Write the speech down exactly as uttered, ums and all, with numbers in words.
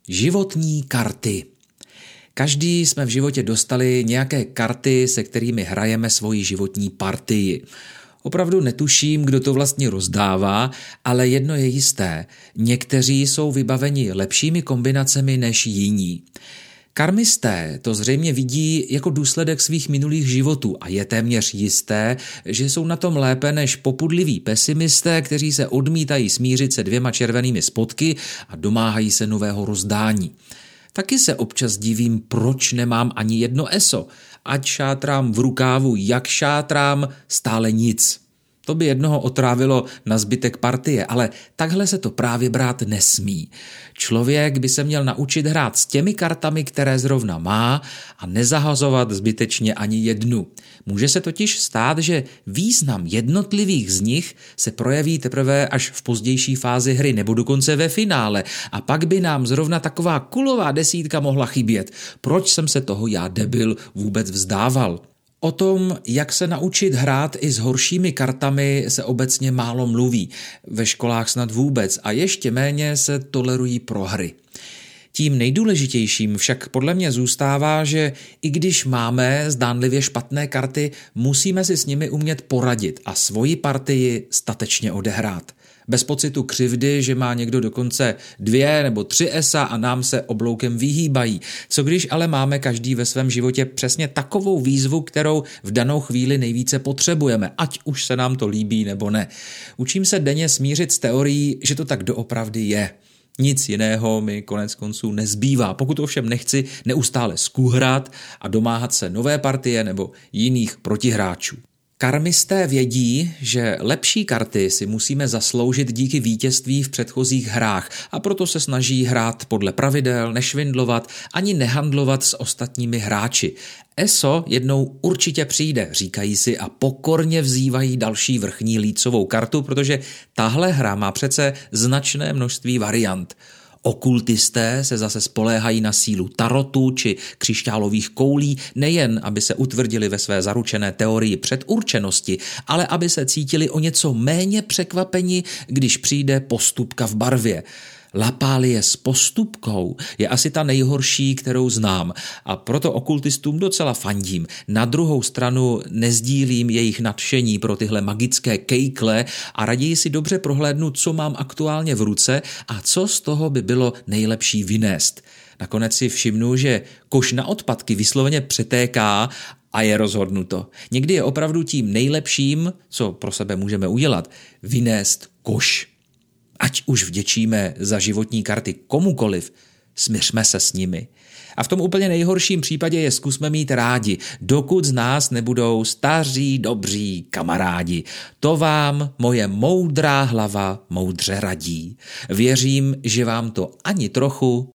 Životní karty. Každý jsme v životě dostali nějaké karty, se kterými hrajeme svoji životní partii. Opravdu netuším, kdo to vlastně rozdává, ale jedno je jisté. Někteří jsou vybaveni lepšími kombinacemi než jiní. Karmisté to zřejmě vidí jako důsledek svých minulých životů a je téměř jisté, že jsou na tom lépe než popudliví pesimisté, kteří se odmítají smířit se dvěma červenými spodky a domáhají se nového rozdání. Taky se občas divím, proč nemám ani jedno eso. Ať šátrám v rukávu, jak šátrám, stále nic. To by jednoho otrávilo na zbytek partie, ale takhle se to právě brát nesmí. Člověk by se měl naučit hrát s těmi kartami, které zrovna má a nezahazovat zbytečně ani jednu. Může se totiž stát, že význam jednotlivých z nich se projeví teprve až v pozdější fázi hry nebo dokonce ve finále a pak by nám zrovna taková kulová desítka mohla chybět. Proč jsem se toho já debil vůbec vzdával? O tom, jak se naučit hrát i s horšími kartami, se obecně málo mluví. Ve školách snad vůbec a ještě méně se tolerují prohry. Tím nejdůležitějším však podle mě zůstává, že i když máme zdánlivě špatné karty, musíme si s nimi umět poradit a svoji partii statečně odehrát. Bez pocitu křivdy, že má někdo dokonce dvě nebo tři esa a nám se obloukem vyhýbají. Co když ale máme každý ve svém životě přesně takovou výzvu, kterou v danou chvíli nejvíce potřebujeme, ať už se nám to líbí nebo ne. Učím se denně smířit s teorií, že to tak doopravdy je. Nic jiného mi konec konců nezbývá, pokud ovšem nechci neustále skuhrat a domáhat se nové partie nebo jiných protihráčů. Karmisté vědí, že lepší karty si musíme zasloužit díky vítězství v předchozích hrách a proto se snaží hrát podle pravidel, nešvindlovat ani nehandlovat s ostatními hráči. Eso jednou určitě přijde, říkají si a pokorně vzývají další vrchní lícovou kartu, protože tahle hra má přece značné množství variant. Okultisté se zase spoléhají na sílu tarotu či křišťálových koulí, nejen aby se utvrdili ve své zaručené teorii předurčenosti, ale aby se cítili o něco méně překvapeni, když přijde postupka v barvě. Lapálie s postupkou je asi ta nejhorší, kterou znám a proto okultistům docela fandím. Na druhou stranu nezdílím jejich nadšení pro tyhle magické kejkle a raději si dobře prohlédnu, co mám aktuálně v ruce a co z toho by bylo nejlepší vynést. Nakonec si všimnu, že koš na odpadky vysloveně přetéká a je rozhodnuto. Někdy je opravdu tím nejlepším, co pro sebe můžeme udělat, vynést koš. Ať už vděčíme za životní karty komukoliv, smiřme se s nimi. A v tom úplně nejhorším případě je zkusme mít rádi, dokud z nás nebudou staří, dobří kamarádi. To vám moje moudrá hlava moudře radí. Věřím, že vám to ani trochu